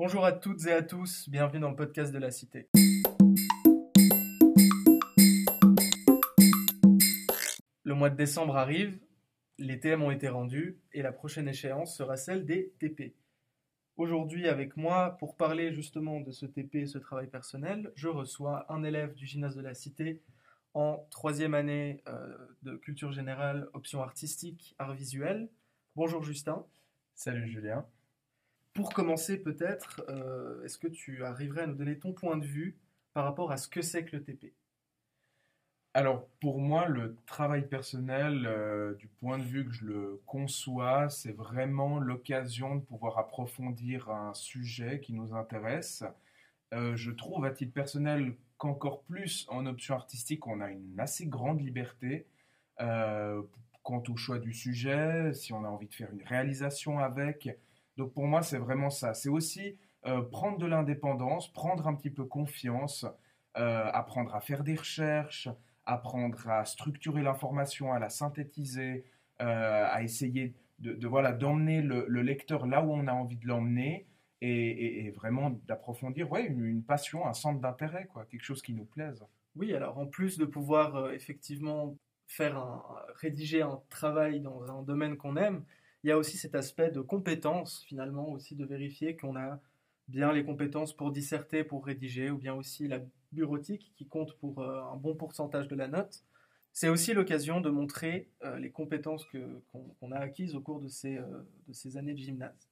Bonjour à toutes et à tous, bienvenue dans le podcast de la Cité. Le mois de décembre arrive, les TM ont été rendus et la prochaine échéance sera celle des TP. Aujourd'hui avec moi, pour parler justement de ce TP, ce travail personnel, je reçois un élève du gymnase de la Cité en troisième année de culture générale, option artistique, art visuel. Bonjour Justin. Salut Julien. Pour commencer peut-être, est-ce que tu arriverais à nous donner ton point de vue par rapport à ce que c'est que le TP? Alors pour moi, le travail personnel, du point de vue que je le conçois, c'est vraiment l'occasion de pouvoir approfondir un sujet qui nous intéresse. Je trouve à titre personnel qu'encore plus en option artistique, on a une assez grande liberté euh, quant au choix du sujet, si on a envie de faire une réalisation avec. Donc pour moi, c'est vraiment ça. C'est aussi prendre de l'indépendance, prendre un petit peu confiance, apprendre à faire des recherches, apprendre à structurer l'information, à la synthétiser, à essayer voilà, d'emmener le lecteur là où on a envie de l'emmener et vraiment d'approfondir ouais, une passion, un centre d'intérêt, quoi, quelque chose qui nous plaise. Oui, alors en plus de pouvoir effectivement rédiger un travail dans un domaine qu'on aime, il y a aussi cet aspect de compétence finalement, aussi de vérifier qu'on a bien les compétences pour disserter, pour rédiger, ou bien aussi la bureautique qui compte pour un bon pourcentage de la note. C'est aussi l'occasion de montrer les compétences qu'on a acquises au cours de ces années de gymnase.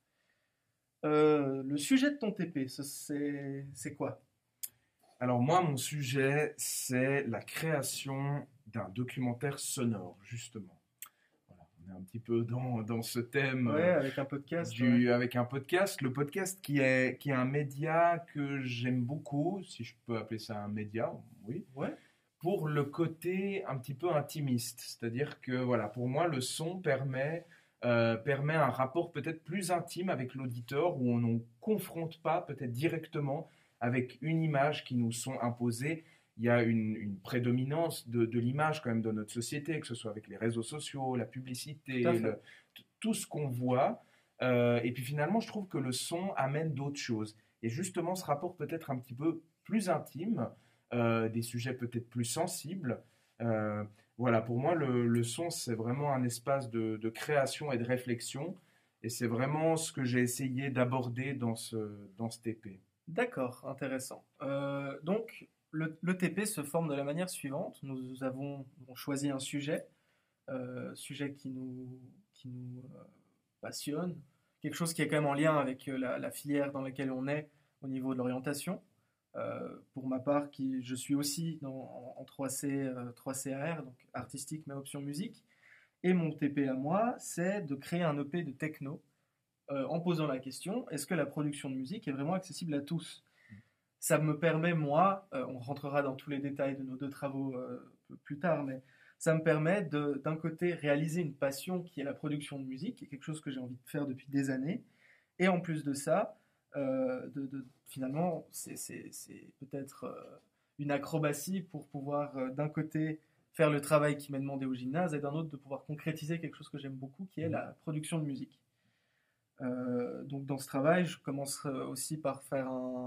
Le sujet de ton TP, c'est quoi? Alors moi, mon sujet, c'est la création d'un documentaire sonore, justement. Voilà, on est un petit peu dans ce thème Ouais, avec un podcast, ouais. avec un podcast. Le podcast qui est un média que j'aime beaucoup, si je peux appeler ça un média, oui, Ouais. pour le côté un petit peu intimiste. C'est-à-dire que voilà, pour moi, le son permet un rapport peut-être plus intime avec l'auditeur où on ne confronte pas peut-être directement avec une image qui nous sont imposées. Il y a une prédominance de l'image quand même dans notre société, que ce soit avec les réseaux sociaux, la publicité, Tout à fait. tout ce qu'on voit. Et puis finalement, je trouve que le son amène d'autres choses. Et justement, ce rapport peut-être un petit peu plus intime, des sujets peut-être plus sensibles. Voilà, pour moi, le son, c'est vraiment un espace de création et de réflexion. Et c'est vraiment ce que j'ai essayé d'aborder dans ce TP. D'accord, intéressant. Donc, le TP se forme de la manière suivante. Nous avons choisi un sujet qui nous passionne, quelque chose qui est quand même en lien avec la filière dans laquelle on est au niveau de l'orientation. Pour ma part, je suis aussi en 3C, 3CAR, donc artistique mais option musique. Et mon TP à moi, c'est de créer un EP de techno en posant la question, est-ce que la production de musique est vraiment accessible à tous? Ça me permet, moi, on rentrera dans tous les détails de nos deux travaux plus tard, mais ça me permet d'un côté réaliser une passion qui est la production de musique, qui est quelque chose que j'ai envie de faire depuis des années, et en plus de ça, finalement, c'est peut-être une acrobatie pour pouvoir d'un côté faire le travail qui m'est demandé au gymnase et d'un autre de pouvoir concrétiser quelque chose que j'aime beaucoup, qui est la production de musique. Donc dans ce travail, je commence aussi par faire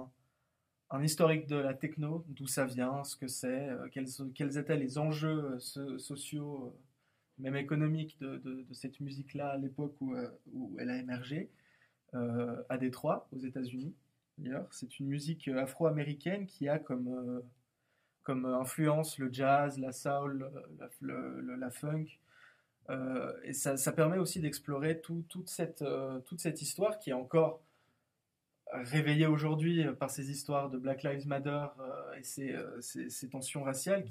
un historique de la techno, d'où ça vient, ce que c'est, quels étaient les enjeux sociaux, même économiques de cette musique-là à l'époque où elle a émergé, à Détroit, aux États-Unis. D'ailleurs, c'est une musique afro-américaine qui a comme influence le jazz, la soul, la funk. Et ça permet aussi d'explorer toute cette histoire qui est encore réveillée aujourd'hui par ces histoires de Black Lives Matter et ces tensions raciales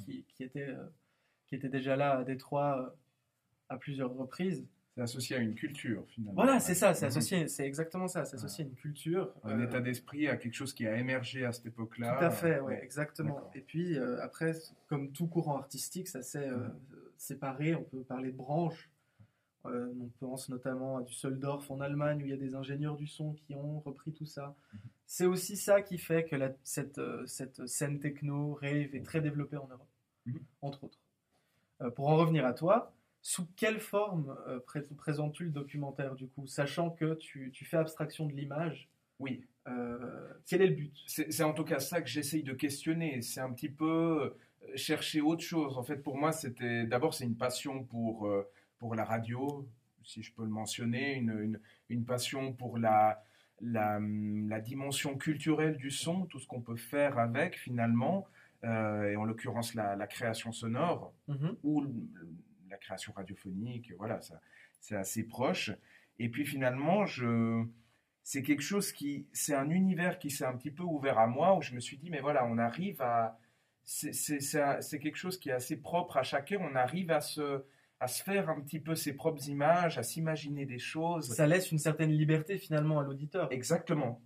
qui étaient déjà là à Détroit à plusieurs reprises. C'est associé à une culture, finalement. Voilà, c'est ça, Mhm. c'est exactement ça, c'est associé à une culture. Un état d'esprit, à quelque chose qui a émergé à cette époque-là. Tout à fait, ouais, Ouais. exactement. D'accord. Et puis après, comme tout courant artistique, ça s'est séparé, on peut parler de branches. On pense notamment à Düsseldorf en Allemagne où il y a des ingénieurs du son qui ont repris tout ça. C'est aussi ça qui fait que cette scène techno, rave est très développée en Europe, Mhm. entre autres. Pour en revenir à toi, sous quelle forme présentes-tu le documentaire du coup, sachant que tu fais abstraction de l'image? Oui, Quel est le but? C'est en tout cas ça que j'essaye de questionner. C'est un petit peu chercher autre chose. En fait, pour moi, d'abord, c'est une passion pour la radio, si je peux le mentionner, une passion pour la dimension culturelle du son, tout ce qu'on peut faire avec finalement, et en l'occurrence la création sonore Mhm. ou la création radiophonique, voilà, ça, c'est assez proche. Et puis finalement, c'est quelque chose c'est un univers qui s'est un petit peu ouvert à moi, où je me suis dit, mais voilà, on arrive à, c'est quelque chose qui est assez propre à chacun, on arrive à se faire un petit peu ses propres images, à s'imaginer des choses. Ça laisse une certaine liberté finalement à l'auditeur. Exactement,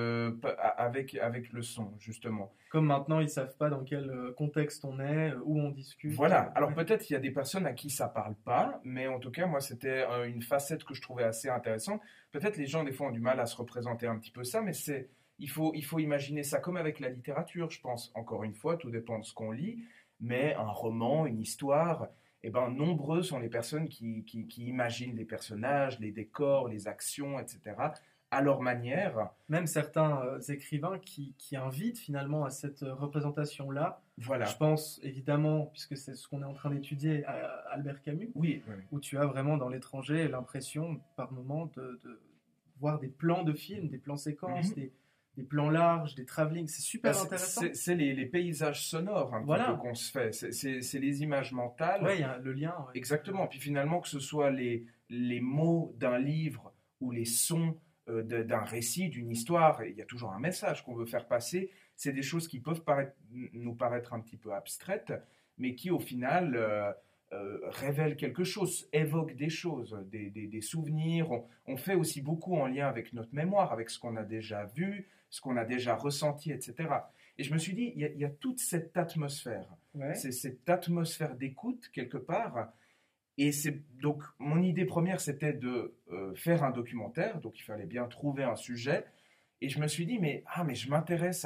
avec le son, justement. Comme maintenant, ils savent pas dans quel contexte on est, où on discute. Voilà, alors Ouais. peut-être il y a des personnes à qui ça parle pas, mais en tout cas, moi, c'était une facette que je trouvais assez intéressante. Peut-être les gens, des fois, ont du mal à se représenter un petit peu ça, mais il faut imaginer ça comme avec la littérature, je pense. Encore une fois, tout dépend de ce qu'on lit, mais un roman, une histoire, eh ben, nombreux sont les personnes qui imaginent les personnages, les décors, les actions, etc., à leur manière. Même certains écrivains qui invitent finalement à cette représentation-là. Je Voilà. pense évidemment, puisque c'est ce qu'on est en train d'étudier, à Albert Camus, Oui, oui, oui. où tu as vraiment dans l'étranger l'impression par moment de voir des plans de films, des plans séquences, Mhm. des plans larges, des travelling. C'est Bah, super intéressant. c'est les paysages sonores un petit peu Voilà. qu'on se fait. C'est les images mentales. Ouais, il y a le lien. Ouais. Exactement. Puis finalement, que ce soit les mots d'un livre ou les sons d'un récit, d'une histoire, il y a toujours un message qu'on veut faire passer. C'est des choses qui peuvent nous paraître un petit peu abstraites, mais qui au final révèlent quelque chose, évoquent des choses, des souvenirs. On fait aussi beaucoup en lien avec notre mémoire, avec ce qu'on a déjà vu, ce qu'on a déjà ressenti, etc. Et je me suis dit, il y a toute cette atmosphère. Ouais. C'est cette atmosphère d'écoute, quelque part. Et donc, mon idée première, c'était de faire un documentaire. Donc, il fallait bien trouver un sujet. Et je me suis dit, mais je m'intéresse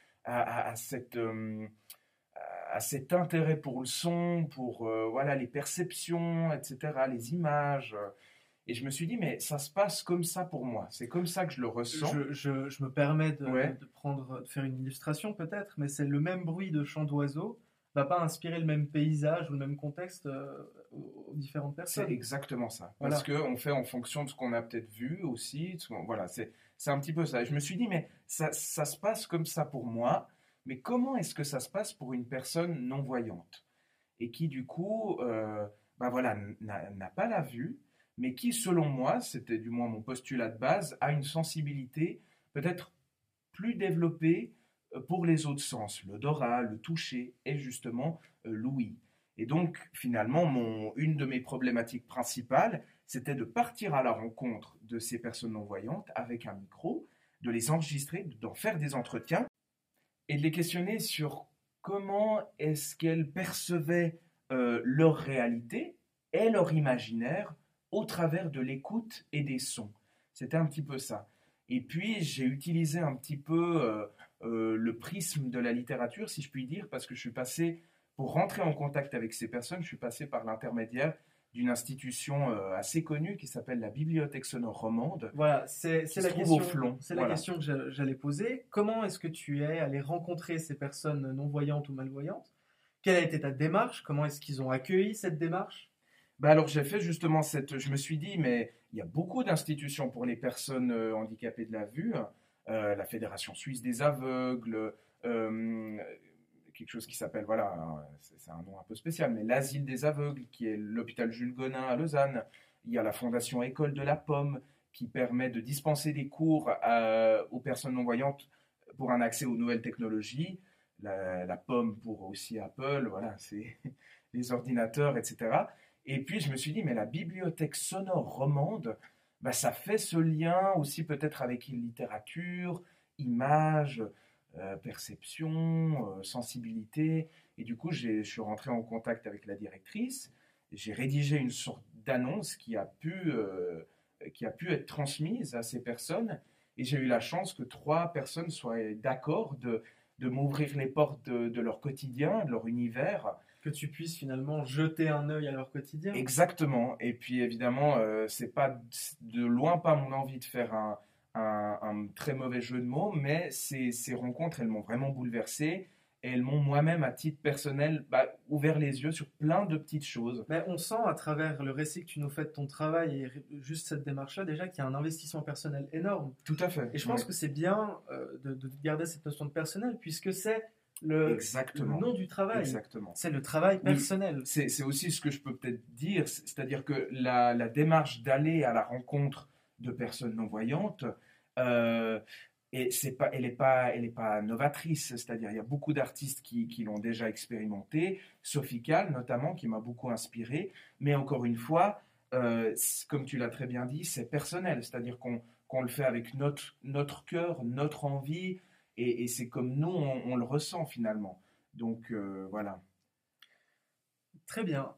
à cet intérêt pour le son, pour voilà, les perceptions, etc., les images. Et je me suis dit, mais ça se passe comme ça pour moi. C'est comme ça que je le ressens. Je me permets Ouais. de faire une illustration peut-être, mais c'est le même bruit de chant d'oiseau va pas inspirer le même paysage ou le même contexte aux différentes C'est personnes. exactement ça. Voilà. Parce qu'on fait en fonction de ce qu'on a peut-être vu aussi. Voilà, c'est un petit peu ça. Et je me suis dit, mais ça se passe comme ça pour moi, mais comment est-ce que ça se passe pour une personne non-voyante? Et qui, du coup, bah voilà, n'a pas la vue, mais qui, selon moi, c'était du moins mon postulat de base, a une sensibilité peut-être plus développée pour les autres sens, l'odorat, le toucher et justement l'ouïe. Et donc, finalement, une de mes problématiques principales, c'était de partir à la rencontre de ces personnes non-voyantes avec un micro, de les enregistrer, d'en faire des entretiens et de les questionner sur comment est-ce qu'elles percevaient leur réalité et leur imaginaire au travers de l'écoute et des sons. C'était un petit peu ça. Et puis, j'ai utilisé un petit peu le prisme de la littérature, si je puis dire, parce que je suis passé, pour rentrer en contact avec ces personnes, je suis passé par l'intermédiaire d'une institution assez connue qui s'appelle la Bibliothèque sonore romande. Voilà, c'est qui la se trouve question. au Flon. C'est la Voilà. question que j'allais poser. Comment est-ce que tu es allé rencontrer ces personnes non-voyantes ou malvoyantes? Quelle a été ta démarche? Comment est-ce qu'ils ont accueilli cette démarche? Bah alors j'ai fait justement je me suis dit, mais il y a beaucoup d'institutions pour les personnes handicapées de la vue, la Fédération suisse des aveugles, quelque chose qui s'appelle, voilà, c'est un nom un peu spécial, mais l'Asile des aveugles, qui est l'hôpital Jules Gonin à Lausanne. Il y a la Fondation École de la Pomme, qui permet de dispenser des cours aux personnes non-voyantes pour un accès aux nouvelles technologies. La Pomme pour aussi Apple, voilà, c'est les ordinateurs, etc. Et puis je me suis dit, mais la bibliothèque sonore romande, bah, ça fait ce lien aussi peut-être avec une littérature, images, perception, sensibilité. Et du coup, je suis rentré en contact avec la directrice. J'ai rédigé une sorte d'annonce qui a pu être transmise à ces personnes. Et j'ai eu la chance que 3 personnes soient d'accord de m'ouvrir les portes de leur quotidien, de leur univers. Que tu puisses finalement jeter un œil à leur quotidien. Exactement. Et puis évidemment, c'est pas de loin pas mon envie de faire un très mauvais jeu de mots, mais ces rencontres, elles m'ont vraiment bouleversé et elles m'ont moi-même, à titre personnel, ouvert les yeux sur plein de petites choses. Mais on sent à travers le récit que tu nous fais de ton travail et juste cette démarche-là déjà qu'il y a un investissement personnel énorme. Tout à fait. Et je pense Oui. que c'est bien de garder cette notion de personnel puisque c'est le Exactement. nom du travail. Exactement. C'est le travail Oui, personnel. c'est aussi ce que je peux peut-être dire, c'est-à-dire que la démarche d'aller à la rencontre de personnes non-voyantes, euh, et elle est pas novatrice, c'est-à-dire il y a beaucoup d'artistes qui l'ont déjà expérimenté, Sophie Calle notamment, qui m'a beaucoup inspiré, mais encore une fois, comme tu l'as très bien dit, c'est personnel, c'est-à-dire qu'on le fait avec notre cœur, notre envie, et c'est comme nous, on le ressent finalement. Donc voilà. Très bien.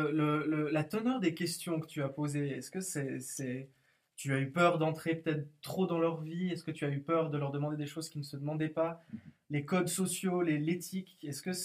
La teneur des questions que tu as posées, est-ce que tu as eu peur d'entrer peut-être trop dans leur vie? Est-ce que tu as eu peur de leur demander des choses qui ne se demandaient pas? Les codes sociaux, l'éthique, est-ce que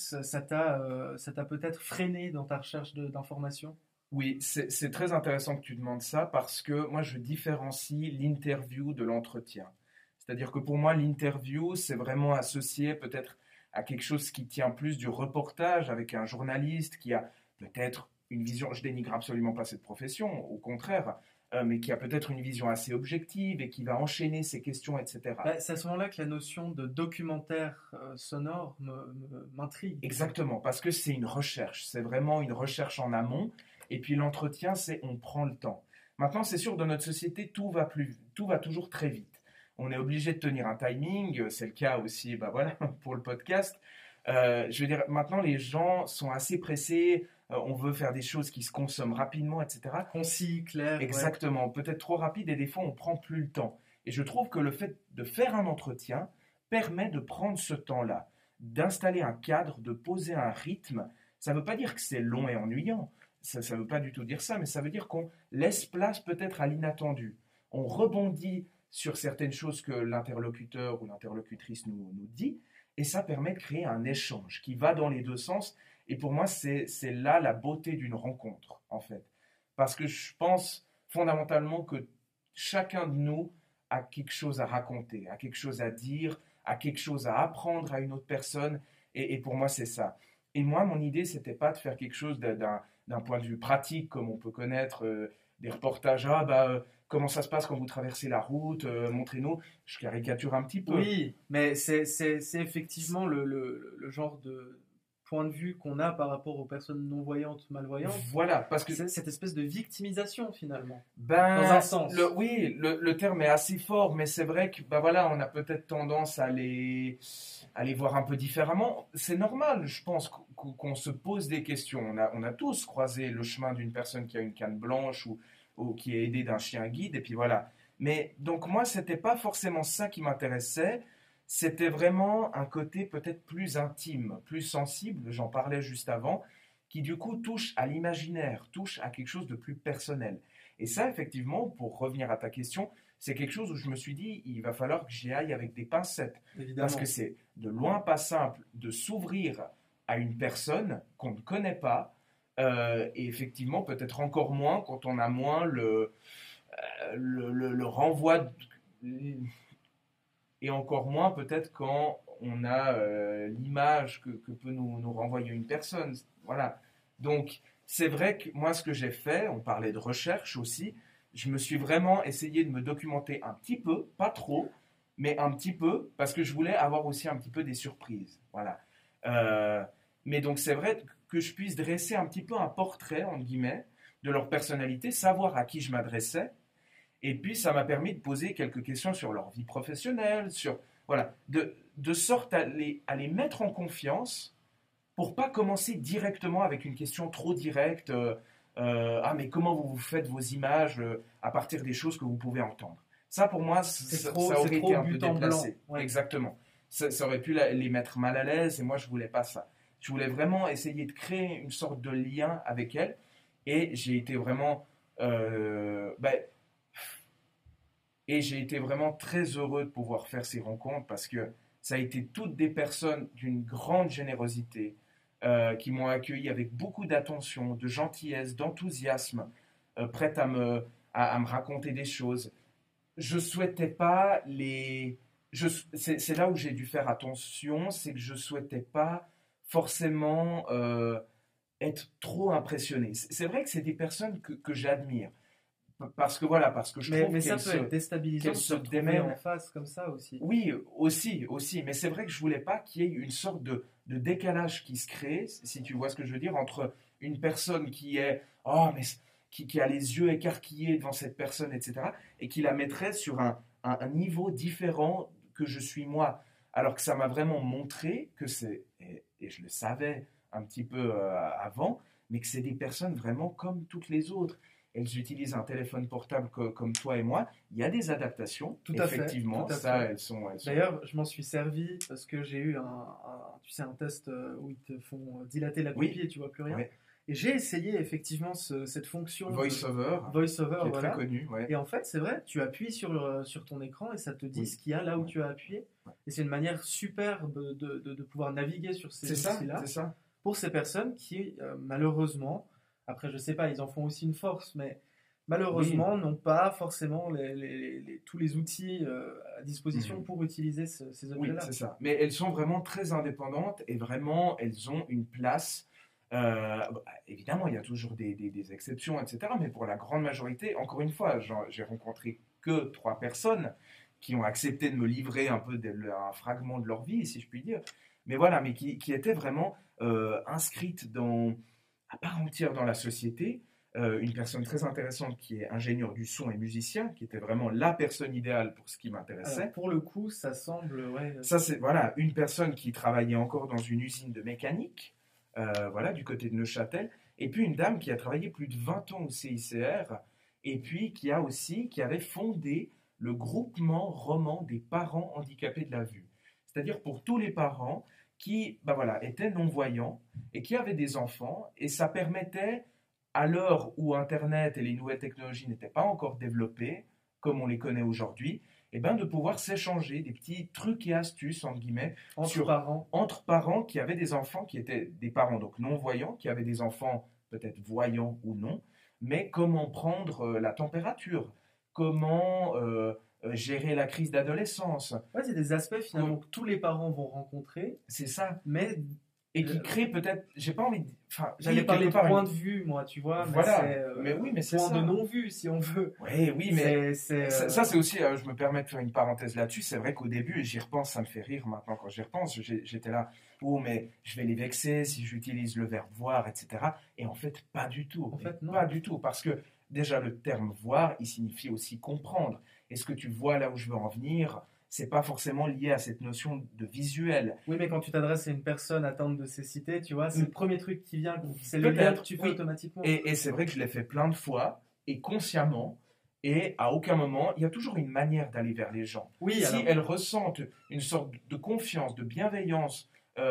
ça t'a peut-être freiné dans ta recherche d'informations? Oui, c'est très intéressant que tu demandes ça parce que moi je différencie l'interview de l'entretien. C'est-à-dire que pour moi l'interview c'est vraiment associé peut-être à quelque chose qui tient plus du reportage avec un journaliste qui a peut-être une vision, je dénigre absolument pas cette profession, au contraire, mais qui a peut-être une vision assez objective et qui va enchaîner ses questions, etc. Bah, c'est à ce moment-là que la notion de documentaire sonore m'intrigue. Exactement, parce que c'est une recherche, c'est vraiment une recherche en amont, et puis l'entretien, c'est on prend le temps. Maintenant, c'est sûr, dans notre société, tout va toujours très vite. On est obligé de tenir un timing, c'est le cas aussi, bah voilà, pour le podcast. Je veux dire, maintenant, les gens sont assez pressés, on veut faire des choses qui se consomment rapidement, etc. Concis, clair, ouais. Exactement, peut-être trop rapide, et des fois, on prend plus le temps. Et je trouve que le fait de faire un entretien permet de prendre ce temps-là, d'installer un cadre, de poser un rythme. Ça ne veut pas dire que c'est long et ennuyant, ça ne veut pas du tout dire ça, mais ça veut dire qu'on laisse place peut-être à l'inattendu. On rebondit sur certaines choses que l'interlocuteur ou l'interlocutrice nous dit, et ça permet de créer un échange qui va dans les deux sens. Et pour moi, c'est là la beauté d'une rencontre, en fait. Parce que je pense fondamentalement que chacun de nous a quelque chose à raconter, a quelque chose à dire, a quelque chose à apprendre à une autre personne. Et pour moi, c'est ça. Et moi, mon idée, c'était pas de faire quelque chose d'un point de vue pratique, comme on peut connaître des reportages. Comment ça se passe quand vous traversez la route, montrez-nous. Je caricature un petit peu. Oui, mais c'est effectivement le genre de point de vue qu'on a par rapport aux personnes non-voyantes, malvoyantes. Voilà, parce que C'est cette espèce de victimisation finalement, ben, dans un sens. oui, le terme est assez fort, mais c'est vrai que ben voilà, on a peut-être tendance à les voir un peu différemment. C'est normal, je pense, qu'on se pose des questions. On a tous croisé le chemin d'une personne qui a une canne blanche ou qui est aidée d'un chien guide, et puis voilà. Mais donc moi, c'était pas forcément ça qui m'intéressait. C'était vraiment un côté peut-être plus intime, plus sensible, j'en parlais juste avant, qui du coup touche à l'imaginaire, touche à quelque chose de plus personnel. Et ça, effectivement, pour revenir à ta question, c'est quelque chose où je me suis dit, il va falloir que j'y aille avec des pincettes. Évidemment. Parce que c'est de loin pas simple de s'ouvrir à une personne qu'on ne connaît pas, et effectivement, peut-être encore moins quand on a moins le renvoi, et encore moins peut-être quand on a l'image que peut nous renvoyer une personne. Voilà. Donc, c'est vrai que moi, ce que j'ai fait, on parlait de recherche aussi, je me suis vraiment essayé de me documenter un petit peu, pas trop, mais un petit peu, parce que je voulais avoir aussi un petit peu des surprises. Voilà. Mais donc, c'est vrai que je puisse dresser un petit peu un portrait, entre guillemets, de leur personnalité, savoir à qui je m'adressais, et puis, ça m'a permis de poser quelques questions sur leur vie professionnelle, voilà, de sorte à les mettre en confiance pour pas commencer directement avec une question trop directe. Ah, mais comment vous faites vos images à partir des choses que vous pouvez entendre? Ça, pour moi, ça aurait été un peu déplacé. Ouais. Exactement. Ça aurait pu les mettre mal à l'aise, et moi, je voulais pas ça. Je voulais vraiment essayer de créer une sorte de lien avec elles, et j'ai été vraiment... Et j'ai été vraiment très heureux de pouvoir faire ces rencontres parce que ça a été toutes des personnes d'une grande générosité qui m'ont accueilli avec beaucoup d'attention, de gentillesse, d'enthousiasme, prêtes à me raconter des choses. je souhaitais pas c'est là où j'ai dû faire attention, c'est que je souhaitais pas forcément être trop impressionné. C'est vrai que c'est des personnes que j'admire. Parce que voilà, parce que je trouve Mais ça peut être déstabilisant qu'elles de se se retrouver démènent. en face comme ça aussi. Oui, aussi. Mais c'est vrai que je voulais pas qu'il y ait une sorte de décalage qui se crée, si tu vois ce que je veux dire, entre une personne qui est, oh, mais qui a les yeux écarquillés devant cette personne, etc., et qui la mettrait sur un niveau différent que je suis moi. Alors que ça m'a vraiment montré que et je le savais un petit peu avant, mais que c'est des personnes vraiment comme toutes les autres. Elles utilisent un téléphone portable comme toi et moi. Il y a des adaptations, Tout à fait, tout effectivement. à Ça, fait. elles sont. D'ailleurs, je m'en suis servi parce que j'ai eu tu sais, un test où ils te font dilater la Oui, pupille et tu vois plus rien. ouais. Et j'ai essayé effectivement cette fonction de VoiceOver, voice-over, qui est très voilà. connu, ouais. Et en fait, c'est vrai, tu appuies sur ton écran et ça te dit Oui, ce qu'il y a là où ouais, tu as appuyé. ouais. Et c'est une manière superbe de pouvoir naviguer sur ces C'est ça, outils-là c'est ça. pour ces personnes qui, malheureusement, après je sais pas, ils en font aussi une force, mais Oui. malheureusement n'ont pas forcément tous les outils à disposition Mhm. pour utiliser ces Oui, objets-là. c'est ça. Mais elles sont vraiment très indépendantes et vraiment, elles ont une place. Évidemment, il y a toujours des exceptions, etc. Mais pour la grande majorité, encore une fois, j'ai rencontré que 3 personnes qui ont accepté de me livrer un peu un fragment de leur vie, si je puis dire. Mais voilà, mais qui étaient vraiment inscrites à part entière dans la société. Une personne très intéressante qui est ingénieur du son et musicien, qui était vraiment la personne idéale pour ce qui Alors m'intéressait. pour le coup, ça semble, ouais, Ça, c'est voilà, une personne qui travaillait encore dans une usine de mécanique, voilà, du côté de Neuchâtel, et puis une dame qui a travaillé plus de 20 ans au CICR, et puis qui avait fondé le groupement roman des parents handicapés de la vue. C'est-à-dire pour tous les parents qui, bah voilà, étaient non-voyants et qui avaient des enfants, et ça permettait, à l'heure où Internet et les nouvelles technologies n'étaient pas encore développées, comme on les connaît aujourd'hui, et ben de pouvoir s'échanger des petits trucs et astuces, entre guillemets, entre parents. entre parents qui avaient des enfants qui étaient des parents donc non-voyants, qui avaient des enfants peut-être voyants ou non, mais comment prendre la température, comment gérer la crise d'adolescence. Ouais, c'est des aspects finalement que tous les parents vont rencontrer, C'est ça. mais Et qui crée peut-être, j'ai pas envie de. Enfin, j'allais oui, parler quelque de part, point de vue, moi, tu vois, mais voilà. c'est Mais oui, mais c'est point ça. de non-vue, si on veut. Oui, oui, mais C'est, ça c'est aussi, je me permets de faire une parenthèse là-dessus, c'est vrai qu'au début, et j'y repense, ça me fait rire maintenant quand j'y repense, j'étais là, oh mais je vais les vexer si j'utilise le verbe voir, etc. Et en fait, pas du tout. En fait, non. Pas du tout, parce que déjà le terme voir, il signifie aussi comprendre. Est-ce que tu vois là où je veux en venir? C'est pas forcément lié à cette notion de visuel. Oui, mais quand tu t'adresses à une personne atteinte de cécité, tu vois, c'est Mm. le premier truc qui vient, c'est le lien que tu fais Oui. automatiquement. Et c'est vrai que je l'ai fait plein de fois, et consciemment, et à aucun moment, il y a toujours une manière d'aller vers les gens. Oui, Si alors, elles ressentent une sorte de confiance, de bienveillance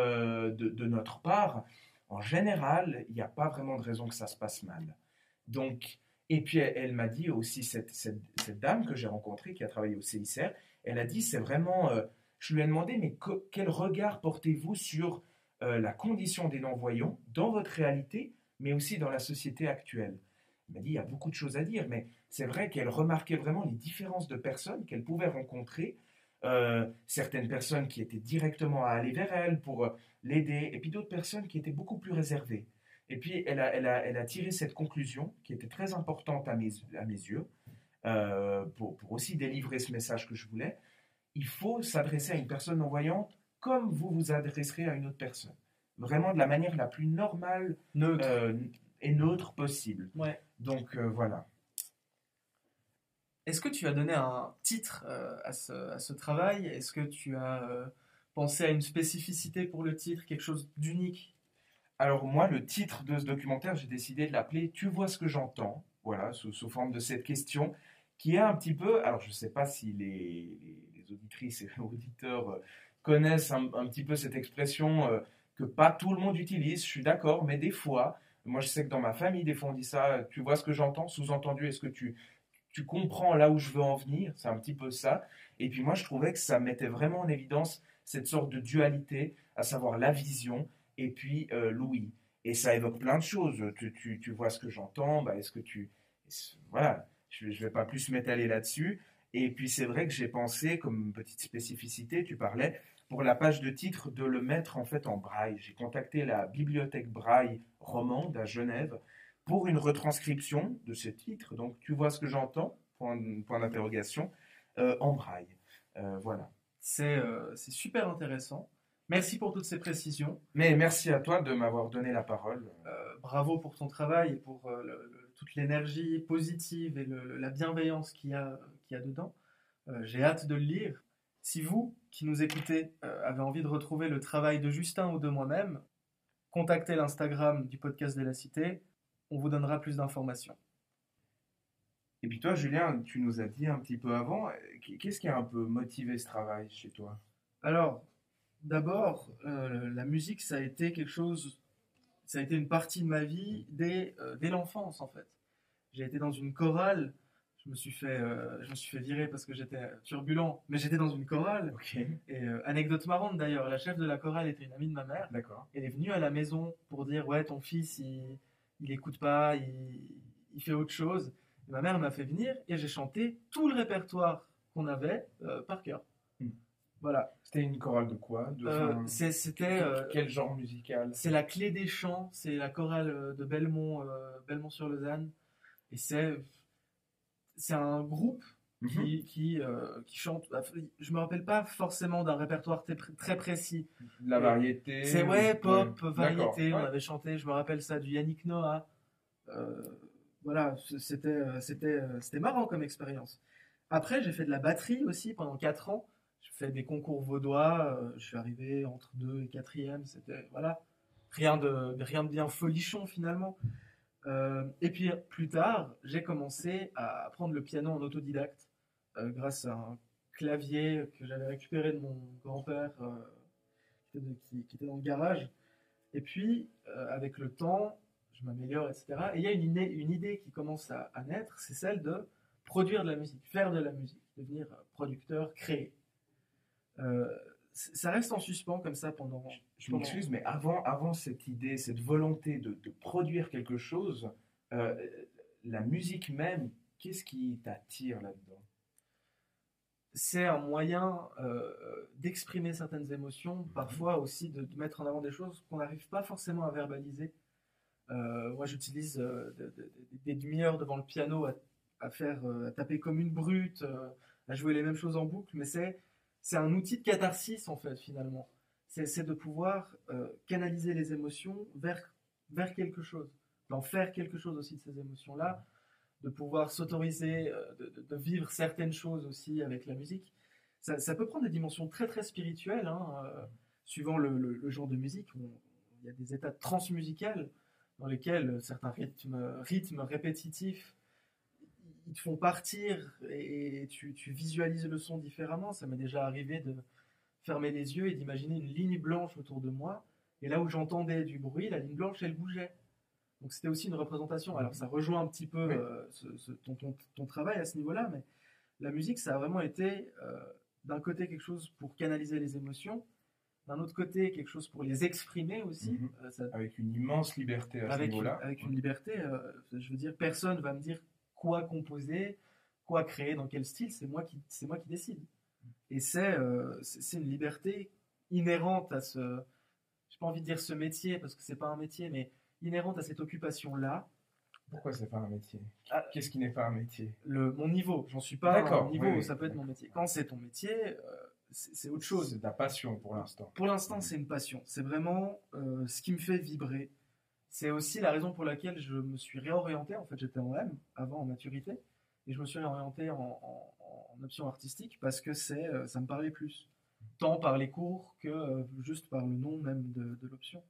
de notre part, en général, il n'y a pas vraiment de raison que ça se passe mal. Donc, et puis elle m'a dit aussi, cette dame que j'ai rencontrée, qui a travaillé au CICR, elle a dit, c'est vraiment, je lui ai demandé, mais quel regard portez-vous sur la condition des non-voyants dans votre réalité, mais aussi dans la société actuelle? Elle m'a dit, il y a beaucoup de choses à dire, mais c'est vrai qu'elle remarquait vraiment les différences de personnes qu'elle pouvait rencontrer, certaines personnes qui étaient directement à aller vers elle pour l'aider, et puis d'autres personnes qui étaient beaucoup plus réservées. Et puis elle a tiré cette conclusion qui était très importante à mes yeux, pour aussi délivrer ce message que je voulais. Il faut s'adresser à une personne non-voyante comme vous vous adresserez à une autre personne. Vraiment de la manière la plus normale neutre. et neutre possible. Ouais. Donc voilà. Est-ce que tu as donné un titre à ce travail? Est-ce que tu as pensé à une spécificité pour le titre, quelque chose d'unique? Alors moi, le titre de ce documentaire, j'ai décidé de l'appeler Tu vois ce que j'entends, voilà, sous forme de cette question, qui est un petit peu, alors je ne sais pas si les auditrices et auditeurs connaissent un petit peu cette expression que pas tout le monde utilise, je suis d'accord, mais des fois, moi je sais que dans ma famille, des fois on dit ça, tu vois ce que j'entends, sous-entendu, est-ce que tu comprends là où je veux en venir, c'est un petit peu ça, et puis moi je trouvais que ça mettait vraiment en évidence cette sorte de dualité, à savoir la vision, et puis l'ouïe. Et ça évoque plein de choses. Tu vois ce que j'entends, bah, est-ce que tu. Voilà, je ne vais pas plus m'étaler là-dessus. Et puis c'est vrai que j'ai pensé, comme petite spécificité, tu parlais, pour la page de titre, de le mettre en fait en braille. J'ai contacté la bibliothèque braille romande à Genève pour une retranscription de ce titre. Donc tu vois ce que j'entends, point d'interrogation, en braille. Voilà. C'est super intéressant. Merci pour toutes ces précisions. Mais merci à toi de m'avoir donné la parole. Bravo pour ton travail et pour toute l'énergie positive et la bienveillance qu'il y a dedans. J'ai hâte de le lire. Si vous, qui nous écoutez, avez envie de retrouver le travail de Justin ou de moi-même, contactez l'Instagram du podcast de la Cité. On vous donnera plus d'informations. Et puis toi, Julien, tu nous as dit un petit peu avant, qu'est-ce qui a un peu motivé ce travail chez toi? Alors, d'abord, la musique, ça a été une partie de ma vie dès l'enfance, en fait. J'ai été dans une chorale. Je me suis fait virer parce que j'étais turbulent, mais j'étais dans une chorale. Ok, Et anecdote marrante d'ailleurs, la chef de la chorale était une amie de ma mère. d'accord. Elle est venue à la maison pour dire ouais, ton fils il écoute pas, il fait autre chose. Et ma mère m'a fait venir et j'ai chanté tout le répertoire qu'on avait par cœur. Hmm. Voilà. C'était une chorale de quoi? C'était Quel genre musical? c'est la Clé des Chants, c'est la chorale de Belmont, Belmont-sur-Lausanne. Et c'est un groupe Mhm. qui chante. Je me rappelle pas forcément d'un répertoire très précis. De la Et variété? c'est ouais, pop, Ouais. D'accord, variété. On ouais. avait chanté, je me rappelle ça, du Yannick Noah. Euh, voilà, c'était marrant comme expérience. Après, j'ai fait de la batterie aussi pendant 4 ans. J'ai fait des concours vaudois. Je suis arrivé entre 2 et 4e. C'était voilà, rien de bien folichon finalement. Et puis plus tard, j'ai commencé à apprendre le piano en autodidacte grâce à un clavier que j'avais récupéré de mon grand-père qui était dans le garage. Et puis, avec le temps, je m'améliore, etc. Et il y a une idée qui commence à naître, c'est celle de produire de la musique, faire de la musique, devenir producteur, créer. Euh, Ça reste en suspens comme ça Je m'excuse, mais avant cette idée, cette volonté de produire quelque chose, euh, la musique même, qu'est-ce qui t'attire là-dedans? C'est un moyen d'exprimer certaines émotions, Mhm. parfois aussi de mettre en avant des choses qu'on n'arrive pas forcément à verbaliser. Moi, j'utilise des demi-heures devant le piano à taper comme une brute, à jouer les mêmes choses en boucle, mais c'est un outil de catharsis en fait finalement. C'est de pouvoir canaliser les émotions vers quelque chose, d'en faire quelque chose aussi de ces émotions-là, de pouvoir s'autoriser de vivre certaines choses aussi avec la musique. Ça peut prendre des dimensions très très spirituelles, hein, suivant le genre de musique. Il y a des états transmusicales dans lesquels certains rythmes répétitifs ils te font partir et tu visualises le son différemment. Ça m'est déjà arrivé de fermer les yeux et d'imaginer une ligne blanche autour de moi. Et là où j'entendais du bruit, la ligne blanche, elle bougeait. Donc c'était aussi une représentation. Alors ça rejoint un petit peu Oui. ton travail à ce niveau-là, mais la musique, ça a vraiment été d'un côté quelque chose pour canaliser les émotions, d'un autre côté quelque chose pour les exprimer aussi, Mhm. Avec une immense liberté à ce avec niveau-là. une liberté. Je veux dire, personne va me dire quoi composer, quoi créer, dans quel style. C'est moi qui décide. Et c'est une liberté inhérente à ce. J'ai pas envie de dire ce métier parce que c'est pas un métier, mais inhérente à cette occupation-là. Pourquoi c'est pas un métier? Ah, Qu'est-ce qui n'est pas un métier? mon niveau, j'en suis pas à un D'accord, niveau oui, où oui, ça peut être mon d'accord. métier. Quand c'est ton métier, c'est autre chose. C'est ta passion pour l'instant. Pour l'instant, Mhm. c'est une passion. C'est vraiment ce qui me fait vibrer. C'est aussi la raison pour laquelle je me suis réorienté. En fait, j'étais en M avant en maturité et je me suis réorienté en option artistique parce que ça me parlait plus. Tant par les cours que juste par le nom même de l'option.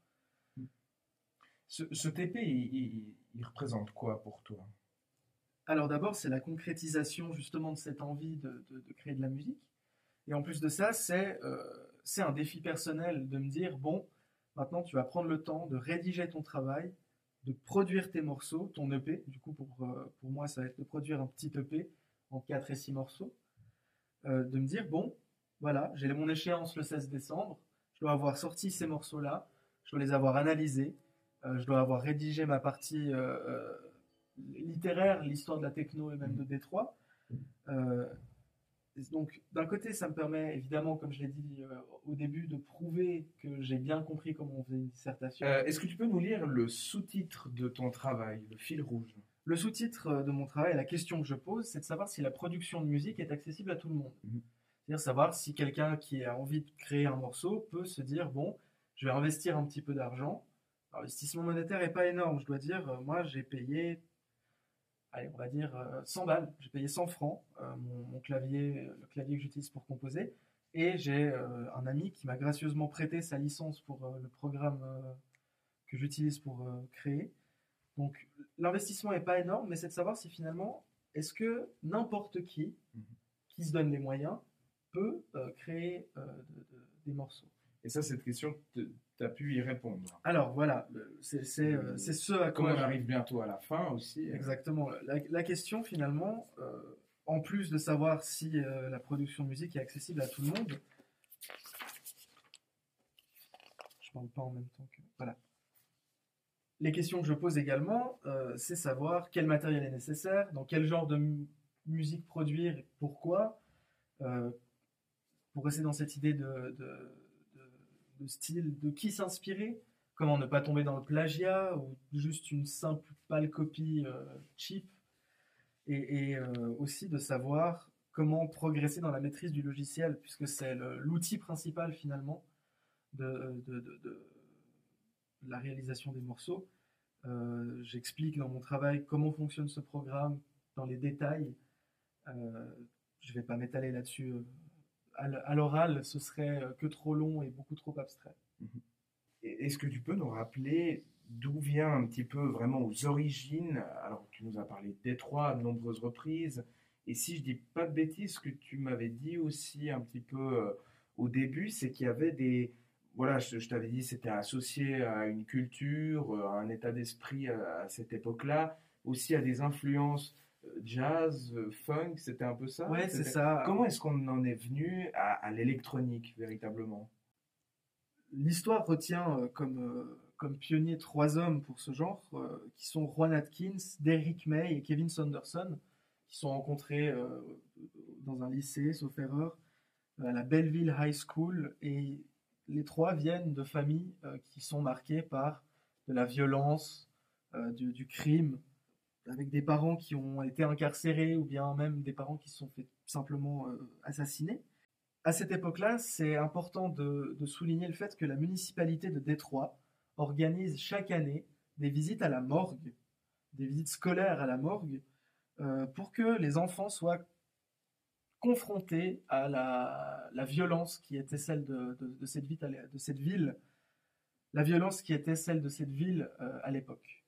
Ce TP, il représente quoi pour toi? Alors d'abord, c'est la concrétisation justement de cette envie de créer de la musique. Et en plus de ça, c'est un défi personnel de me dire, bon, maintenant tu vas prendre le temps de rédiger ton travail, de produire tes morceaux, ton EP. Du coup, pour moi, ça va être de produire un petit EP en 4 et 6 morceaux. De me dire, bon, voilà, j'ai mon échéance le 16 décembre, je dois avoir sorti ces morceaux-là, je dois les avoir analysés, je dois avoir rédigé ma partie littéraire, l'histoire de la techno et même de Détroit. Euh, Donc, d'un côté, ça me permet, évidemment, comme je l'ai dit au début, de prouver que j'ai bien compris comment on faisait une dissertation. Est-ce que tu peux nous lire le sous-titre de ton travail, le fil rouge? Le sous-titre de mon travail, la question que je pose, c'est de savoir si la production de musique est accessible à tout le monde. Mhm. C'est-à-dire savoir si quelqu'un qui a envie de créer un morceau peut se dire, bon, je vais investir un petit peu d'argent. L'investissement monétaire n'est pas énorme, je dois dire. Moi, j'ai payé, allez, on va dire 100 balles. J'ai payé 100 francs mon clavier, le clavier que j'utilise pour composer. Et j'ai un ami qui m'a gracieusement prêté sa licence pour le programme que j'utilise pour créer. Donc l'investissement n'est pas énorme, mais c'est de savoir si finalement, est-ce que n'importe qui se donne les moyens, peut créer des morceaux. Et ça, cette question, tu as pu y répondre. Alors voilà, c'est ce à Comme quoi on arrive bientôt à la fin aussi. Exactement. La question finalement, en plus de savoir si la production de musique est accessible à tout le monde, je parle pas en même temps que... Voilà. Les questions que je pose également, c'est savoir quel matériel est nécessaire, dans quel genre de musique produire, et pourquoi, pour rester dans cette idée de style, de qui s'inspirer, comment ne pas tomber dans le plagiat ou juste une simple pâle copie cheap, et aussi de savoir comment progresser dans la maîtrise du logiciel, puisque c'est l'outil principal finalement de la réalisation des morceaux. J'explique dans mon travail comment fonctionne ce programme dans les détails. Je ne vais pas m'étaler là-dessus à l'oral, ce serait que trop long et beaucoup trop abstrait. Est-ce que tu peux nous rappeler d'où vient un petit peu vraiment aux origines? Alors, tu nous as parlé de Détroit à de nombreuses reprises. Et si je dis pas de bêtises, ce que tu m'avais dit aussi un petit peu au début, c'est qu'il y avait des... Voilà, je t'avais dit, c'était associé à une culture, à un état d'esprit à cette époque-là, aussi à des influences jazz, funk, c'était un peu ça? Ouais, c'est ça. Comment est-ce qu'on en est venu à l'électronique, véritablement? L'histoire retient comme pionniers trois hommes pour ce genre, qui sont Juan Atkins, Derrick May et Kevin Saunderson, qui sont rencontrés dans un lycée, sauf erreur, à la Belleville High School, et les trois viennent de familles qui sont marquées par de la violence, du crime, avec des parents qui ont été incarcérés ou bien même des parents qui se sont fait simplement assassiner. À cette époque-là, c'est important de souligner le fait que la municipalité de Détroit organise chaque année des visites à la morgue, des visites scolaires à la morgue, pour que les enfants soient confrontés à la violence qui était celle de cette ville, la violence qui était celle de cette ville à l'époque.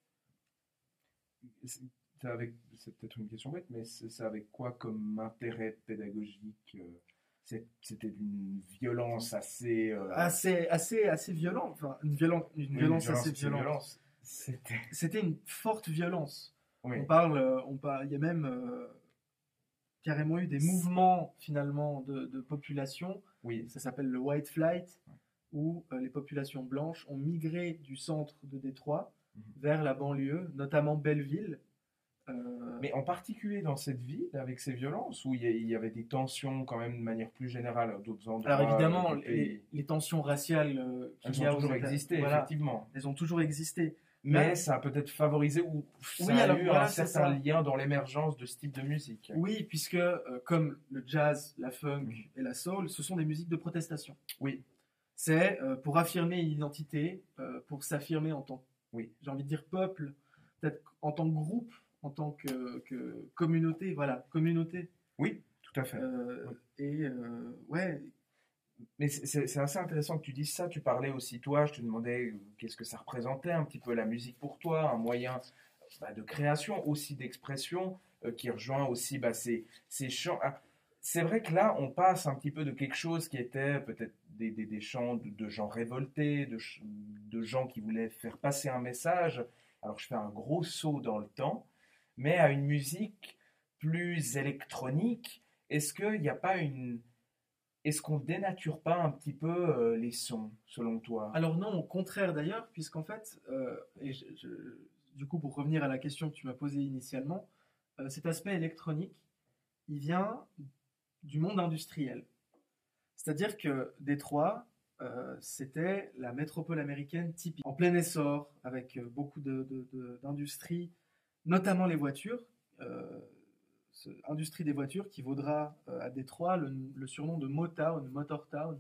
C'est peut-être une question bête, mais c'est avec quoi comme intérêt pédagogique? C'était d'une violence assez violente, enfin une violence assez violente. C'était une forte violence. Oui. Il y a même carrément eu des mouvements finalement de population. Oui. Ça s'appelle le White Flight, où les populations blanches ont migré du centre de Détroit vers la banlieue, notamment Belleville. Mais en particulier dans cette ville, avec ces violences, où il y avait des tensions quand même de manière plus générale à d'autres endroits. Alors évidemment, les tensions raciales elles ont toujours existé, voilà, effectivement. Elles ont toujours existé. Mais ça a peut-être favorisé ou ça a eu un certain lien dans l'émergence de ce type de musique. Oui, puisque comme le jazz, la funk et la soul, ce sont des musiques de protestation. Oui. C'est pour affirmer une identité, pour s'affirmer en tant que, j'ai envie de dire peuple, peut-être en tant que groupe, en tant que communauté, voilà, communauté. Oui, tout à fait. Ouais. Mais c'est assez intéressant que tu dises ça. Tu parlais aussi, toi, je te demandais qu'est-ce que ça représentait un petit peu la musique pour toi, un moyen de création, aussi d'expression, qui rejoint aussi ces chants. Ah, c'est vrai que là, on passe un petit peu de quelque chose qui était peut-être des chants de gens révoltés, de gens qui voulaient faire passer un message. Alors je fais un gros saut dans le temps, mais à une musique plus électronique. Est-ce qu'il n'y a pas Est-ce qu'on dénature pas un petit peu les sons, selon toi? Alors non, au contraire d'ailleurs, puisqu'en fait, du coup pour revenir à la question que tu m'as posée initialement, cet aspect électronique, il vient du monde industriel. C'est-à-dire que Détroit, c'était la métropole américaine typique, en plein essor, avec beaucoup d'industries, notamment les voitures. Industrie des voitures qui vaudra à Détroit le surnom de Motown, Motor Town.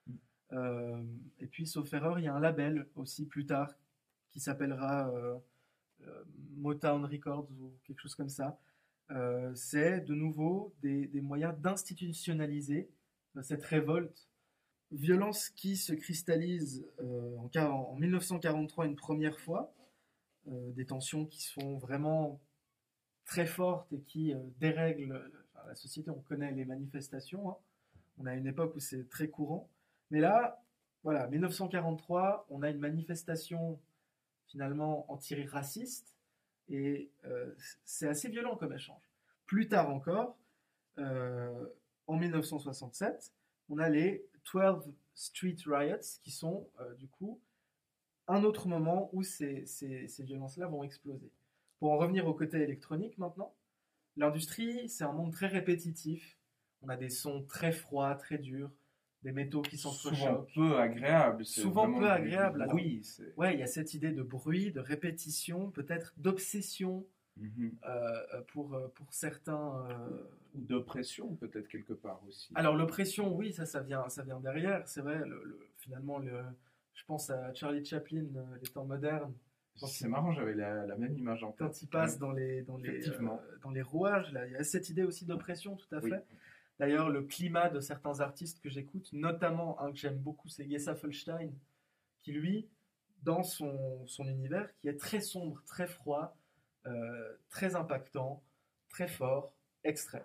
Et puis, sauf erreur, il y a un label aussi plus tard qui s'appellera Motown Records ou quelque chose comme ça. C'est de nouveau des moyens d'institutionnaliser cette révolte. Violence qui se cristallise en 1943 une première fois. Des tensions qui sont vraiment très fortes et qui dérèglent la société. On connaît les manifestations. Hein. On a une époque où c'est très courant. Mais là, voilà, 1943, on a une manifestation finalement antiraciste et c'est assez violent comme échange. Plus tard encore, en 1967, on a les 12 Street Riots qui sont du coup un autre moment où ces violences-là vont exploser. Pour en revenir au côté électronique maintenant, l'industrie, c'est un monde très répétitif. On a des sons très froids, très durs, des métaux qui s'entrechoquent. Souvent peu agréables. Souvent peu agréables. Oui. Ouais, il y a cette idée de bruit, de répétition, peut-être d'obsession pour certains. Ou d'oppression peut-être quelque part aussi. Alors l'oppression, oui, ça vient derrière. C'est vrai, finalement, je pense à Charlie Chaplin, les temps modernes. C'est marrant, j'avais la même image en tête. Quand il passe dans les rouages, là, il y a cette idée aussi d'oppression, tout à fait. Oui. D'ailleurs, le climat de certains artistes que j'écoute, notamment un que j'aime beaucoup, c'est Gessa Felstein, qui lui, dans son univers, qui est très sombre, très froid, très impactant, très fort, extrait.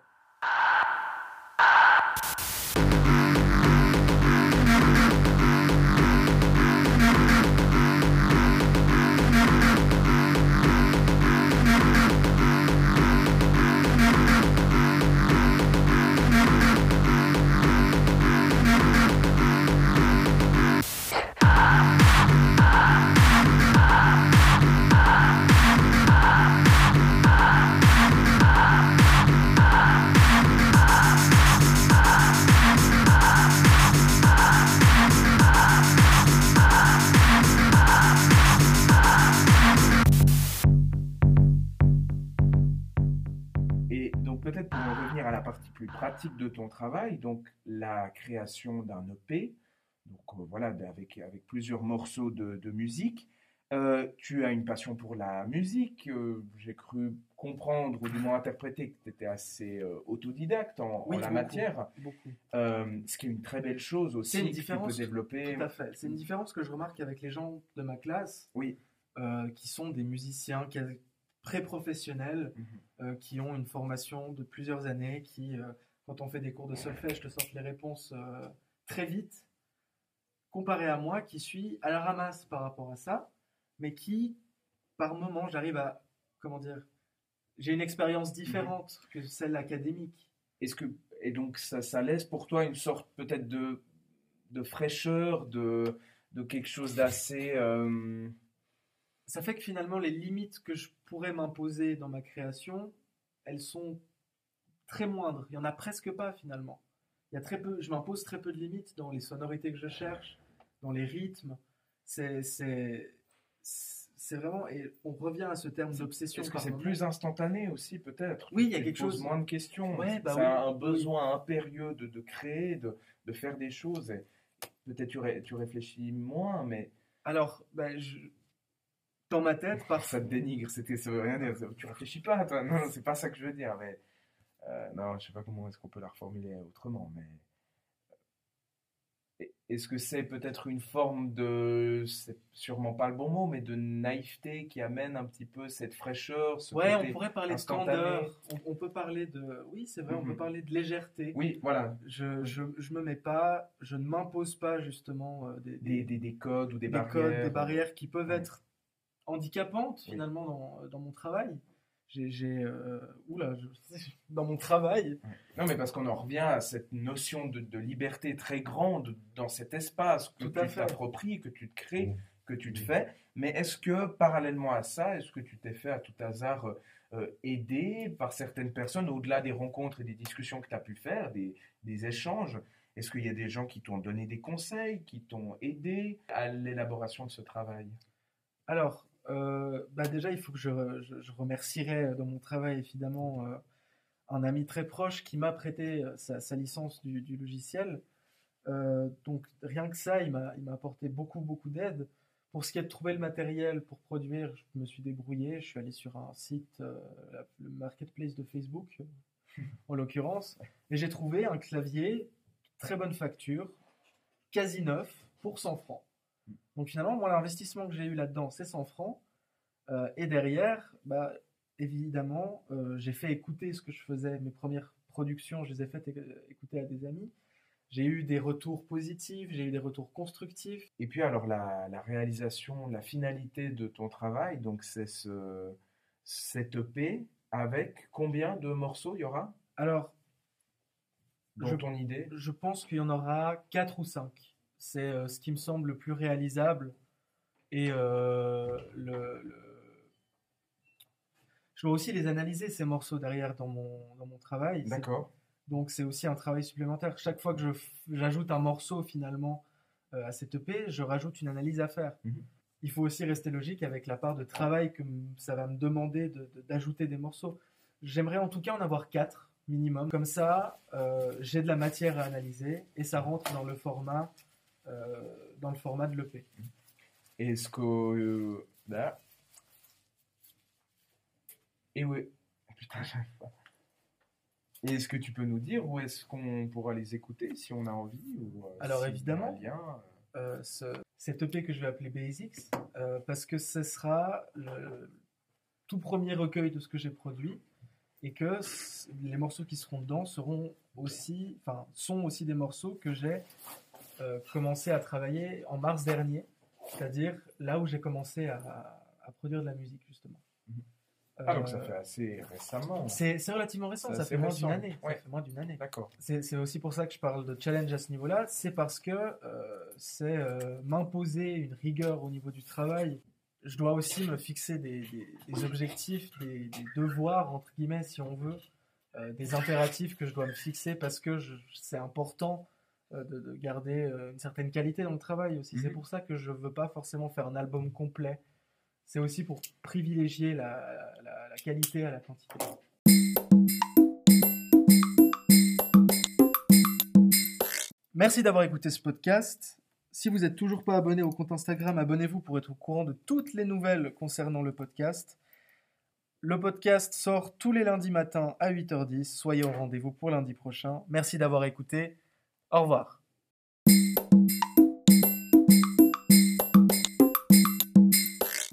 Pratique de ton travail, donc la création d'un EP, donc voilà, avec plusieurs morceaux de musique. Tu as une passion pour la musique, j'ai cru comprendre, ou du moins interpréter que tu étais assez autodidacte en la matière. Beaucoup. Ce qui est une très belle chose aussi, c'est une différence, que tu peux développer. Tout à fait. C'est une différence que je remarque avec les gens de ma classe, qui sont des musiciens pré-professionnels, qui ont une formation de plusieurs années, qui, quand on fait des cours de solfège, te sortent les réponses très vite, comparé à moi, qui suis à la ramasse par rapport à ça, mais qui, par moment, j'arrive à, j'ai une expérience différente que celle académique. Et donc, ça laisse pour toi une sorte peut-être de fraîcheur, de quelque chose d'assez... Ça fait que finalement, les limites que je pourrais m'imposer dans ma création, elles sont très moindres. Il n'y en a presque pas finalement. Il y a très peu, je m'impose très peu de limites dans les sonorités que je cherche, dans les rythmes. C'est vraiment, et on revient à ce terme d'obsession. Est-ce que c'est plus instantané aussi peut-être? Oui, il y a quelque chose. Moins de questions. Ouais, ça a un besoin impérieux de créer, de faire des choses. Et peut-être tu réfléchis moins, mais... Alors, dans ma tête, ça te dénigre, ça veut rien dire. Tu réfléchis pas, toi. Non, c'est pas ça que je veux dire. Mais non, je sais pas comment est-ce qu'on peut la reformuler autrement. Mais est-ce que c'est peut-être une forme c'est sûrement pas le bon mot, mais de naïveté qui amène un petit peu cette fraîcheur, ce côté on pourrait parler instantané. De candeur. On peut parler de, oui, c'est vrai, on peut parler de légèreté. Oui, voilà. Je me mets pas, je ne m'impose pas justement des codes ou des barrières. Des barrières qui peuvent être handicapantes finalement dans mon travail. Dans mon travail. Non, mais parce qu'on en revient à cette notion de liberté très grande dans cet espace que tu t'appropries, que tu te crées, que tu te fais. Mais est-ce que, parallèlement à ça, est-ce que tu t'es fait à tout hasard aidé par certaines personnes, au-delà des rencontres et des discussions que tu as pu faire, des échanges? Est-ce qu'il y a des gens qui t'ont donné des conseils, qui t'ont aidé à l'élaboration de ce travail? Alors, déjà, il faut que je remercierai dans mon travail, évidemment, un ami très proche qui m'a prêté sa licence du logiciel. Donc, rien que ça, il m'a apporté beaucoup, beaucoup d'aide. Pour ce qui est de trouver le matériel pour produire, je me suis débrouillé. Je suis allé sur un site, le marketplace de Facebook, en l'occurrence, et j'ai trouvé un clavier très bonne facture, quasi neuf, pour 100 francs. Donc finalement, moi, l'investissement que j'ai eu là-dedans, c'est 100 francs. Et derrière, évidemment, j'ai fait écouter ce que je faisais. Mes premières productions, je les ai faites écouter à des amis. J'ai eu des retours positifs, j'ai eu des retours constructifs. Et puis alors la réalisation, la finalité de ton travail, donc c'est cette EP avec combien de morceaux il y aura Alors, dans ton idée? je pense qu'il y en aura 4 ou 5. C'est ce qui me semble le plus réalisable. Et je dois aussi les analyser, ces morceaux, derrière dans mon travail. D'accord. Donc c'est aussi un travail supplémentaire. Chaque fois que j'ajoute un morceau finalement à cette EP, je rajoute une analyse à faire. Mhm. Il faut aussi rester logique avec la part de travail que ça va me demander d'ajouter des morceaux. J'aimerais en tout cas en avoir 4 minimum. Comme ça, j'ai de la matière à analyser et ça rentre dans le format de l'EP. Est-ce que là, et oui, putain, j'arrive pas. Et est-ce que tu peux nous dire où est-ce qu'on pourra les écouter si on a envie ou Alors s'il y a évidemment, un lien, cet EP que je vais appeler Basics, parce que ce sera le tout premier recueil de ce que j'ai produit et que les morceaux qui seront dedans sont aussi des morceaux que j'ai commencé à travailler en mars dernier, c'est-à-dire là où j'ai commencé à produire de la musique justement. Ah, donc ça fait assez récemment. C'est relativement récent, C'est ça assez fait moins récent. d'une année. Ouais. Ça fait moins d'une année. D'accord. C'est aussi pour ça que je parle de challenge à ce niveau-là. C'est parce que c'est m'imposer une rigueur au niveau du travail. Je dois aussi me fixer des objectifs, des devoirs, entre guillemets, si on veut, des impératifs que je dois me fixer parce que c'est important de garder une certaine qualité dans le travail aussi. C'est pour ça que je ne veux pas forcément faire un album complet. C'est aussi pour privilégier la qualité à la quantité. Merci d'avoir écouté ce podcast. Si vous n'êtes toujours pas abonné au compte Instagram, abonnez-vous pour être au courant de toutes les nouvelles concernant le podcast. Le podcast sort tous les lundis matins à 8h10. Soyez au rendez-vous pour lundi prochain. Merci d'avoir écouté. Au revoir.